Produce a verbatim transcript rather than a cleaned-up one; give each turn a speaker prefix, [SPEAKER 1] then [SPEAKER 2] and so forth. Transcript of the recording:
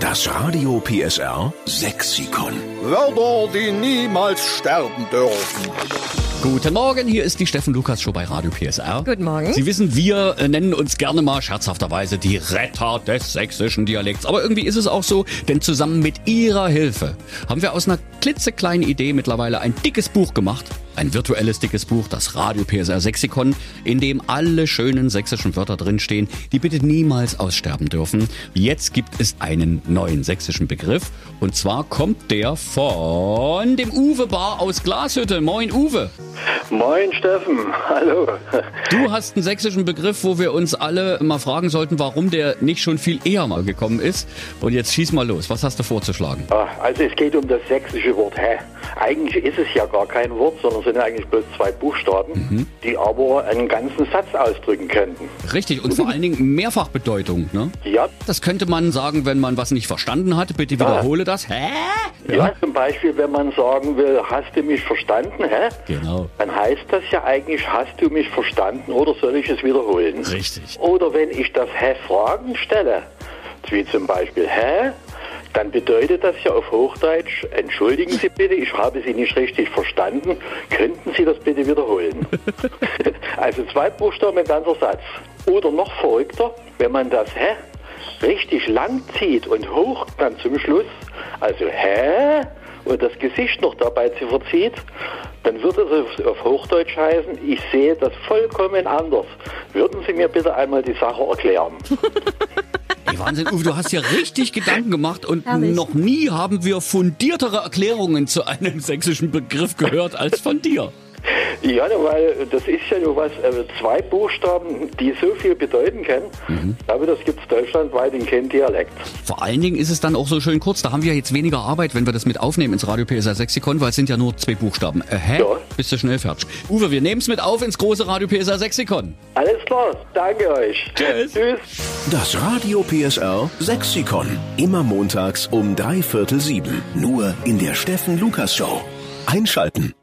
[SPEAKER 1] Das Radio P S R Sexikon.
[SPEAKER 2] Wörter, die niemals sterben dürfen.
[SPEAKER 3] Guten Morgen, hier ist die Steffen Lukas Show bei Radio P S R.
[SPEAKER 4] Guten Morgen.
[SPEAKER 3] Sie wissen, wir äh, nennen uns gerne mal scherzhafterweise die Retter des sächsischen Dialekts. Aber irgendwie ist es auch so, denn zusammen mit Ihrer Hilfe haben wir aus einer klitzekleinen Idee mittlerweile ein dickes Buch gemacht. Ein virtuelles dickes Buch, das Radio P S R Sexikon, in dem alle schönen sächsischen Wörter drinstehen, die bitte niemals aussterben dürfen. Jetzt gibt es einen neuen sächsischen Begriff. Und zwar kommt der von dem Uwe Bar aus Glashütte. Moin Uwe.
[SPEAKER 5] Moin Steffen, hallo.
[SPEAKER 3] Du hast einen sächsischen Begriff, wo wir uns alle mal fragen sollten, warum der nicht schon viel eher mal gekommen ist. Und jetzt schieß mal los, was hast du vorzuschlagen?
[SPEAKER 5] Also es geht um das sächsische Wort hä. Eigentlich ist es ja gar kein Wort, sondern sind eigentlich bloß zwei Buchstaben, mhm. die aber einen ganzen Satz ausdrücken könnten.
[SPEAKER 3] Richtig, und vor allen Dingen Mehrfachbedeutung, ne?
[SPEAKER 5] Ja.
[SPEAKER 3] Das könnte man sagen, wenn man was nicht verstanden hat. Bitte wiederhole das. Hä?
[SPEAKER 5] Ja. ja, zum Beispiel, wenn man sagen will, hast du mich verstanden, hä?
[SPEAKER 3] Genau.
[SPEAKER 5] Dann heißt das ja eigentlich, hast du mich verstanden oder soll ich es wiederholen?
[SPEAKER 3] Richtig.
[SPEAKER 5] Oder wenn ich das hä Fragen stelle, wie zum Beispiel hä, dann bedeutet das ja auf Hochdeutsch, entschuldigen Sie bitte, ich habe Sie nicht richtig verstanden, könnten Sie das bitte wiederholen? Also zwei Buchstaben, ein ganzer Satz. Oder noch verrückter, wenn man das hä richtig lang zieht und hoch dann zum Schluss, also hä, und das Gesicht noch dabei zu verzieht, dann würde es auf Hochdeutsch heißen, ich sehe das vollkommen anders. Würden Sie mir bitte einmal die Sache erklären?
[SPEAKER 3] Ey, Wahnsinn, Uwe, du hast ja richtig Gedanken gemacht und
[SPEAKER 4] Herrlich.
[SPEAKER 3] Noch nie haben wir fundiertere Erklärungen zu einem sächsischen Begriff gehört als von dir.
[SPEAKER 5] Ja, weil das ist ja nur was, äh, zwei Buchstaben, die so viel bedeuten können. Mhm. Ich glaube, das gibt es deutschlandweit in keinem Dialekt.
[SPEAKER 3] Vor allen Dingen ist es dann auch so schön kurz. Da haben wir jetzt weniger Arbeit, wenn wir das mit aufnehmen ins Radio P S R Sexikon, weil es sind ja nur zwei Buchstaben. Äh, hä?
[SPEAKER 5] Ja.
[SPEAKER 3] Bist du schnell fertig. Uwe, wir nehmen es mit auf ins große Radio P S R Sexikon.
[SPEAKER 5] Alles klar, danke euch.
[SPEAKER 3] Tschüss.
[SPEAKER 5] Tschüss.
[SPEAKER 1] Das Radio P S R Sexikon. Immer montags um drei Viertel sieben. Nur in der Steffen Lukas Show. Einschalten.